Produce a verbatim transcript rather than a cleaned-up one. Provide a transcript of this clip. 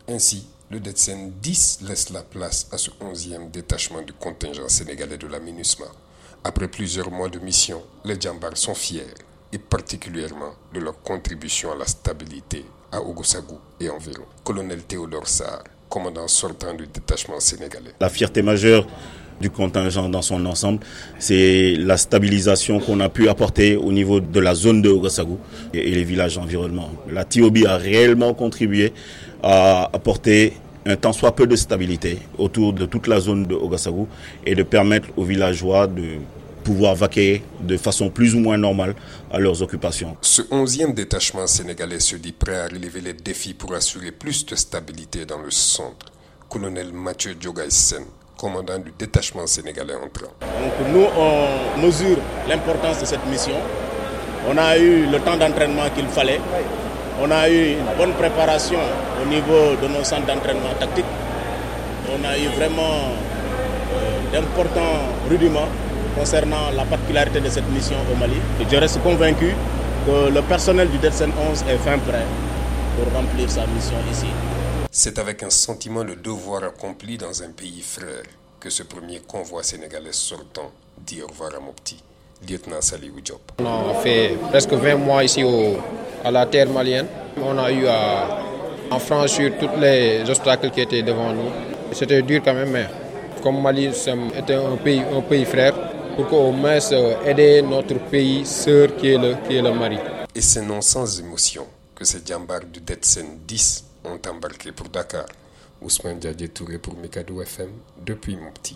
Ainsi, le DETSEN dix laisse la place à ce onzième détachement du contingent sénégalais de la MINUSMA. Après plusieurs mois de mission, les Djambars sont fiers, et particulièrement de leur contribution à la stabilité à Ouagassogou et environ. Colonel Théodore Sarr, commandant sortant du détachement sénégalais. La fierté majeure du contingent dans son ensemble, c'est la stabilisation qu'on a pu apporter au niveau de la zone de Ouagassogou et les villages environnants. La T O B a réellement contribué à apporter un tant soit peu de stabilité autour de toute la zone de Ouagassogou et de permettre aux villageois de pouvoir vaquer de façon plus ou moins normale à leurs occupations. Ce onzième détachement sénégalais se dit prêt à relever les défis pour assurer plus de stabilité dans le centre. Colonel Mathieu Diogaïsen, commandant du détachement sénégalais entrant. Donc nous, on mesure l'importance de cette mission. On a eu le temps d'entraînement qu'il fallait. On a eu une bonne préparation au niveau de nos centres d'entraînement tactique. On a eu vraiment euh, d'importants rudiments concernant la particularité de cette mission au Mali. Et je reste convaincu que le personnel du DETSEN onze est fin prêt pour remplir sa mission ici. C'est avec un sentiment de devoir accompli dans un pays frère que ce premier convoi sénégalais sortant dit au revoir à Mopti, lieutenant Salihou Diop. On a fait presque vingt mois ici au, à la terre malienne. On a eu à, à franchir tous les obstacles qui étaient devant nous. C'était dur quand même, mais comme Mali était un pays, un pays frère, pour qu'au moins aider notre pays sœur qui est le, qui est le Mali. Et c'est non sans émotion que ces Djambars du DETSEN dix ont embarqué pour Dakar. Ousmane Diadje Touré pour Mikado F M depuis Mopti.